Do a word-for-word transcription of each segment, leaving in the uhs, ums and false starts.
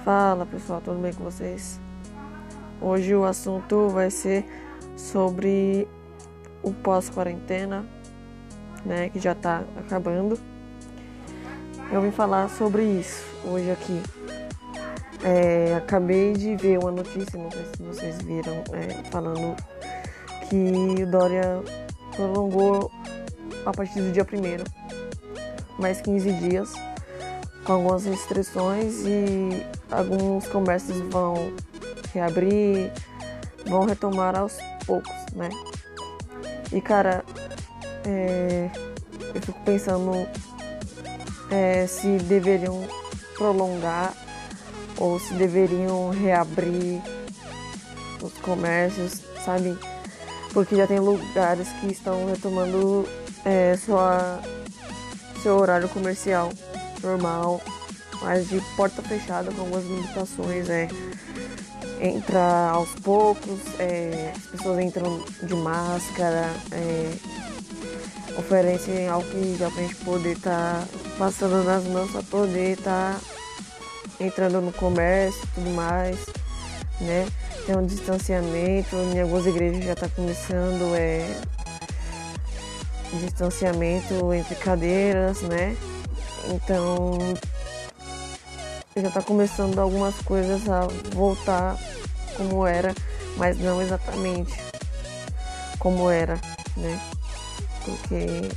Fala pessoal, tudo bem com vocês? Hoje o assunto vai ser sobre o pós-quarentena, né, que já tá acabando. Eu vim falar sobre isso hoje aqui. É, acabei de ver uma notícia, não sei se vocês viram, é, falando que o Dória prolongou a partir do dia primeiro, mais quinze dias, com algumas restrições, e alguns comércios vão reabrir, vão retomar aos poucos, né? E cara, é, eu fico pensando é, se deveriam prolongar ou se deveriam reabrir os comércios, sabe? Porque já tem lugares que estão retomando é, sua, seu horário comercial normal, mas de porta fechada, com algumas limitações. É, entra aos poucos, é, as pessoas entram de máscara, é, oferecem álcool em gel pra gente poder estar tá passando nas mãos para poder estar tá entrando no comércio e tudo mais, né? Tem um distanciamento, em algumas igrejas já está começando é, distanciamento entre cadeiras, né? Então já está começando algumas coisas a voltar como era, mas não exatamente como era, né? Porque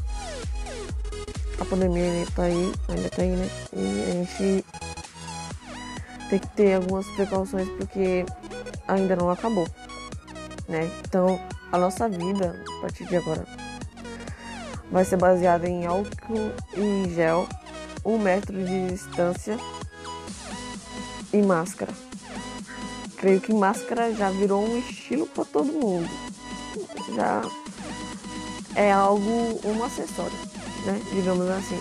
a pandemia ainda tá aí, ainda tá aí, né? E a gente tem que ter algumas precauções porque ainda não acabou, né? Então a nossa vida, a partir de agora, vai ser baseada em álcool em gel, um metro de distância e máscara. Creio que máscara já virou um estilo para todo mundo. Já é algo, um acessório, né? Digamos assim.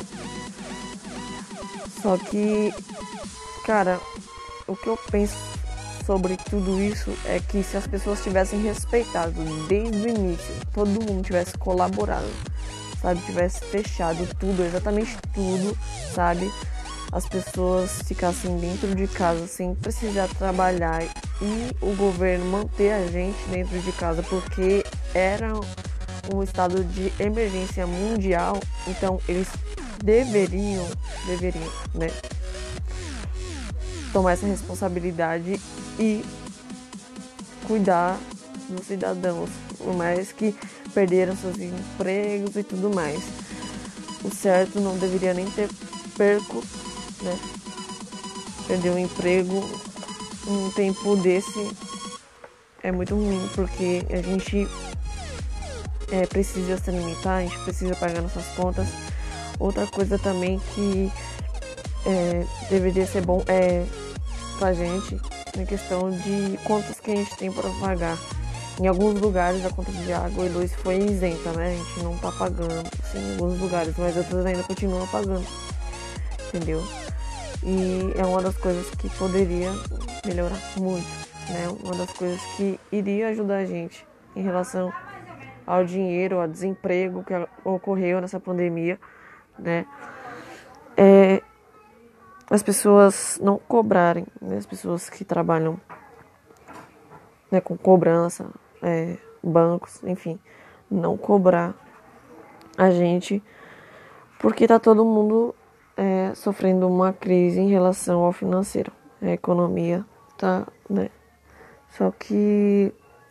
Só que, cara, o que eu penso sobre tudo isso é que se as pessoas tivessem respeitado desde o início, todo mundo tivesse colaborado, sabe? Tivesse fechado tudo, exatamente tudo, sabe? As pessoas ficassem dentro de casa sem precisar trabalhar e o governo manter a gente dentro de casa, porque era um estado de emergência mundial, então eles deveriam, deveriam, né, tomar essa responsabilidade e cuidar dos cidadãos, por mais que perderam seus empregos e tudo mais. O certo não deveria nem ter perco, né? Perder um emprego um tempo desse é muito ruim, porque a gente é, precisa se alimentar, a gente precisa pagar nossas contas. Outra coisa também que é, deveria ser bom é pra gente, na questão de contas que a gente tem para pagar. Em alguns lugares a conta de água e luz foi isenta, né? A gente não tá pagando, sim, em alguns lugares, mas outros ainda continuam pagando, entendeu? E é uma das coisas que poderia melhorar muito, né? Uma das coisas que iria ajudar a gente em relação ao dinheiro, ao desemprego que ocorreu nessa pandemia, né? É as pessoas não cobrarem, né? As pessoas que trabalham, né, com cobrança, é, bancos, enfim, não cobrar a gente, porque tá todo mundo é, sofrendo uma crise em relação ao financeiro. A economia tá, né? Só que,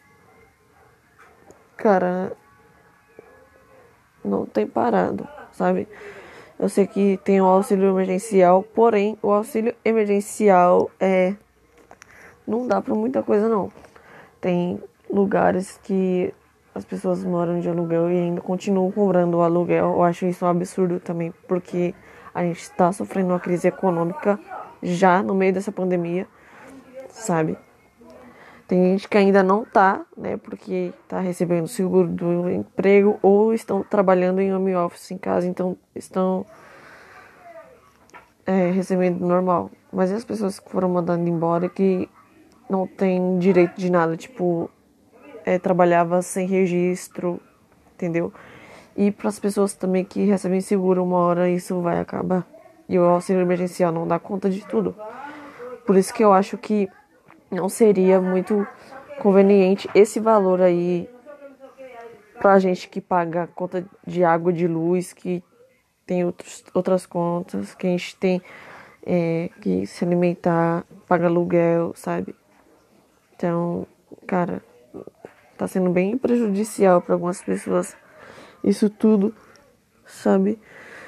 cara, não tem parado, sabe? Eu sei que tem o auxílio emergencial, porém, o auxílio emergencial é não dá pra muita coisa, não. Tem lugares que as pessoas moram de aluguel e ainda continuam cobrando o aluguel. Eu acho isso um absurdo também, porque a gente está sofrendo uma crise econômica já no meio dessa pandemia, sabe? Tem gente que ainda não tá, né, porque tá recebendo seguro do emprego ou estão trabalhando em home office em casa, então estão é, recebendo normal. Mas e as pessoas que foram mandadas embora que não tem direito de nada, tipo, é, trabalhava sem registro, entendeu? E para as pessoas também que recebem seguro, uma hora isso vai acabar. E o auxílio emergencial não dá conta de tudo. Por isso que eu acho que não seria muito conveniente esse valor aí pra gente que paga conta de água, de luz, que tem outros, outras contas, que a gente tem é, que se alimentar, paga aluguel, sabe? Então, cara, tá sendo bem prejudicial para algumas pessoas isso tudo, sabe?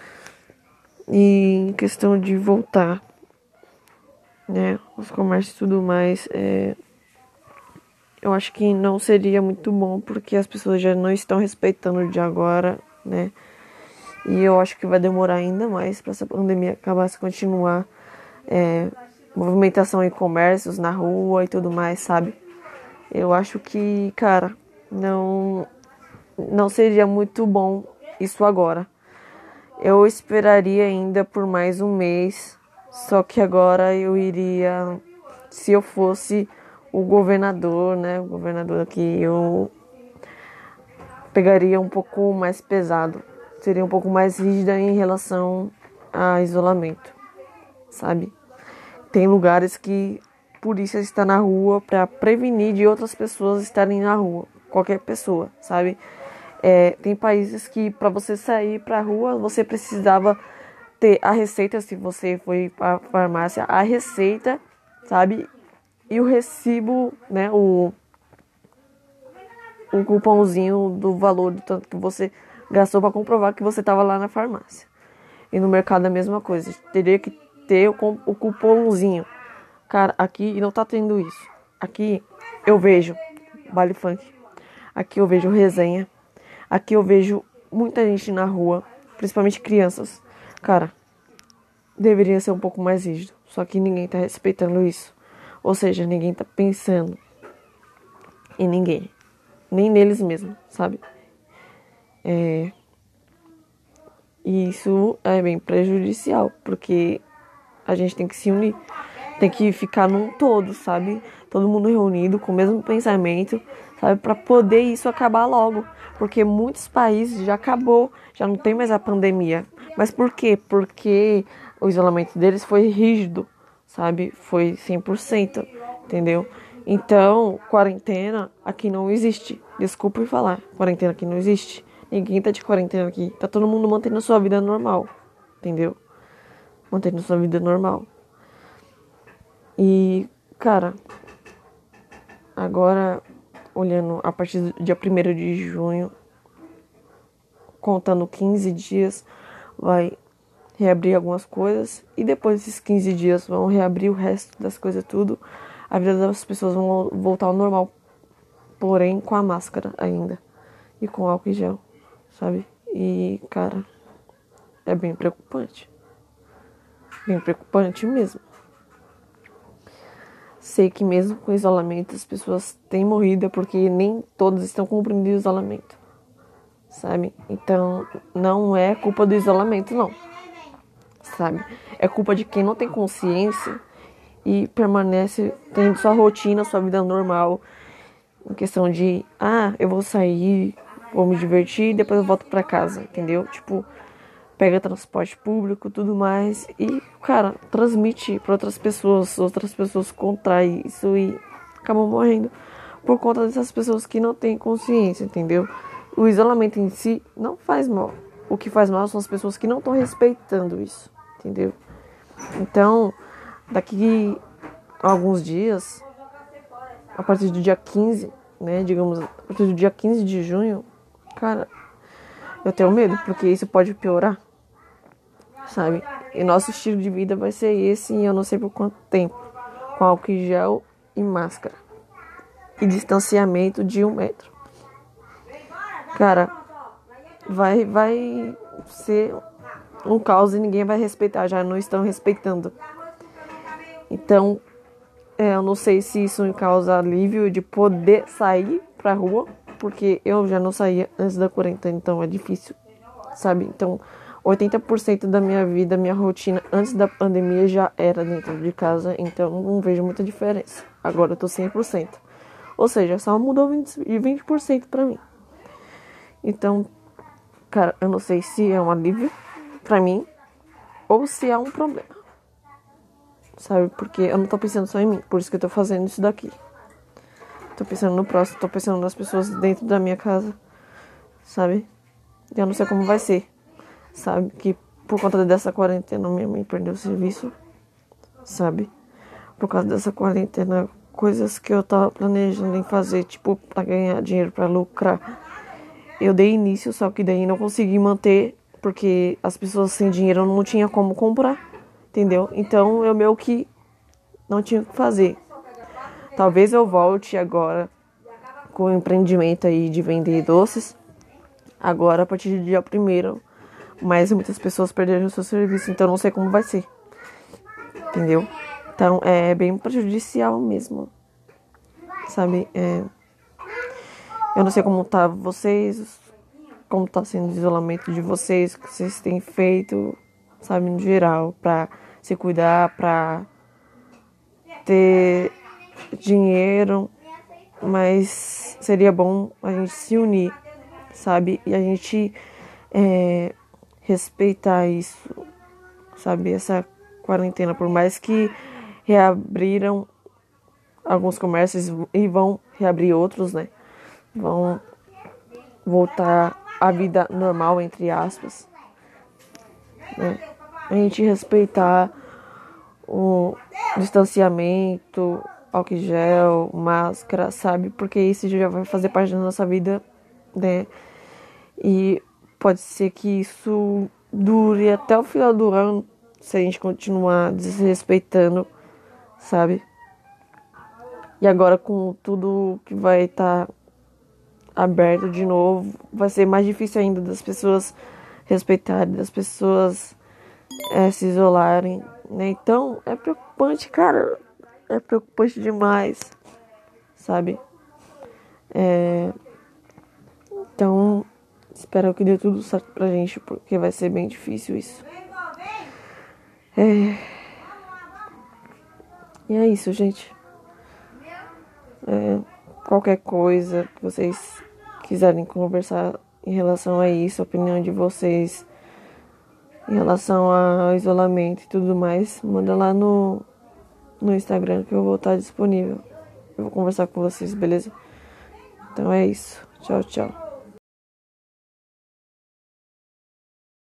E em questão de voltar, né, os comércios e tudo mais, é, eu acho que não seria muito bom, porque as pessoas já não estão respeitando o de agora, né? E eu acho que vai demorar ainda mais para essa pandemia acabar, se continuar. É, movimentação em comércios na rua e tudo mais, sabe? Eu acho que, cara, não, não seria muito bom isso agora. Eu esperaria ainda por mais um mês, só que agora eu iria, se eu fosse o governador, né, o governador aqui, eu pegaria um pouco mais pesado, seria um pouco mais rígida em relação a isolamento, sabe? Tem lugares que a polícia está na rua para prevenir de outras pessoas estarem na rua, qualquer pessoa, sabe? É, tem países que para você sair para a rua você precisava ter a receita, se você foi para a farmácia, a receita, sabe? E o recibo, né? O, o cupomzinho do valor do tanto que você gastou para comprovar que você estava lá na farmácia. E no mercado a mesma coisa, teria que ter o, o cupomzinho. Cara, aqui não tá tendo isso. Aqui eu vejo baile funk, aqui eu vejo resenha, aqui eu vejo muita gente na rua, principalmente crianças. Cara, deveria ser um pouco mais rígido, só que ninguém tá respeitando isso. Ou seja, ninguém tá pensando em ninguém, nem neles mesmos, sabe? É... E isso é bem prejudicial, porque a gente tem que se unir, tem que ficar num todo, sabe? Todo mundo reunido com o mesmo pensamento, sabe? Para poder isso acabar logo. Porque muitos países já acabou, já não tem mais a pandemia. Mas por quê? Porque o isolamento deles foi rígido, sabe? Foi cem por cento, entendeu? Então, quarentena aqui não existe. Desculpa falar, quarentena aqui não existe. Ninguém tá de quarentena aqui. Tá todo mundo mantendo a sua vida normal, entendeu? Mantendo a sua vida normal. E, cara, agora, olhando a partir do dia primeiro de junho, contando quinze dias, vai reabrir algumas coisas. E depois desses quinze dias vão reabrir o resto das coisas tudo. A vida das pessoas vão voltar ao normal, porém com a máscara ainda. E com álcool em gel, sabe? E, cara, é bem preocupante. Bem preocupante mesmo. Sei que mesmo com isolamento as pessoas têm morrido porque nem todos estão cumprindo o isolamento, sabe? Então não é culpa do isolamento, não, sabe? É culpa de quem não tem consciência e permanece tendo sua rotina, sua vida normal, em questão de, ah, eu vou sair, vou me divertir e depois eu volto pra casa, entendeu? Tipo, pega transporte público, tudo mais, e, cara, transmite para outras pessoas, outras pessoas contraem isso e acabam morrendo por conta dessas pessoas que não têm consciência, entendeu? O isolamento em si não faz mal. O que faz mal são as pessoas que não estão respeitando isso, entendeu? Então, daqui a alguns dias, a partir do dia quinze, né, digamos, a partir do dia quinze de junho, cara, eu tenho medo, porque isso pode piorar, sabe? E nosso estilo de vida vai ser esse e eu não sei por quanto tempo. Com álcool em gel e máscara. E distanciamento de um metro. Cara, vai, vai ser um caos e ninguém vai respeitar. Já não estão respeitando. Então, é, eu não sei se isso me causa alívio de poder sair pra rua. Porque eu já não saía antes da quarentena, então é difícil, sabe? Então, oitenta por cento da minha vida, minha rotina antes da pandemia já era dentro de casa, então não vejo muita diferença. Agora eu tô cem por cento. Ou seja, só mudou vinte por cento pra mim. Então, cara, eu não sei se é um alívio pra mim ou se é um problema. sabe? Porque eu não tô pensando só em mim, por isso que eu tô fazendo isso daqui. Tô pensando no próximo, tô pensando nas pessoas dentro da minha casa, sabe? Eu não sei como vai ser, sabe? Que por conta dessa quarentena minha mãe perdeu o serviço, sabe? Por causa dessa quarentena, coisas que eu tava planejando em fazer, tipo, pra ganhar dinheiro, pra lucrar. Eu dei início, só que daí não consegui manter, porque as pessoas sem dinheiro não tinham como comprar, entendeu? Então eu meio que não tinha o que fazer. Talvez eu volte agora com o empreendimento aí de vender doces, agora a partir do dia primeiro, mas muitas pessoas perderam o seu serviço, então eu não sei como vai ser, entendeu? Então é bem prejudicial mesmo, sabe? É, eu não sei como tá vocês, como tá sendo o isolamento de vocês, o que vocês têm feito, sabe, no geral, pra se cuidar, pra ter dinheiro, mas seria bom a gente se unir, sabe? E a gente é, respeitar isso, sabe? Essa quarentena, por mais que reabriram alguns comércios e vão reabrir outros, né? Vão voltar à vida normal, entre aspas, né? A gente respeitar o distanciamento, álcool em gel, máscara, sabe? Porque isso já vai fazer parte da nossa vida, né? E pode ser que isso dure até o final do ano se a gente continuar desrespeitando, sabe? E agora com tudo que vai estar tá aberto de novo, vai ser mais difícil ainda das pessoas respeitarem, das pessoas é, se isolarem, né? Então é preocupante, cara. É preocupante demais, sabe? É... Então, espero que dê tudo certo pra gente, porque vai ser bem difícil isso. É... E é isso, gente. É... Qualquer coisa que vocês quiserem conversar em relação a isso, a opinião de vocês em relação ao isolamento e tudo mais, manda lá no, no Instagram que eu vou estar disponível. Eu vou conversar com vocês, beleza? Então é isso. Tchau, tchau.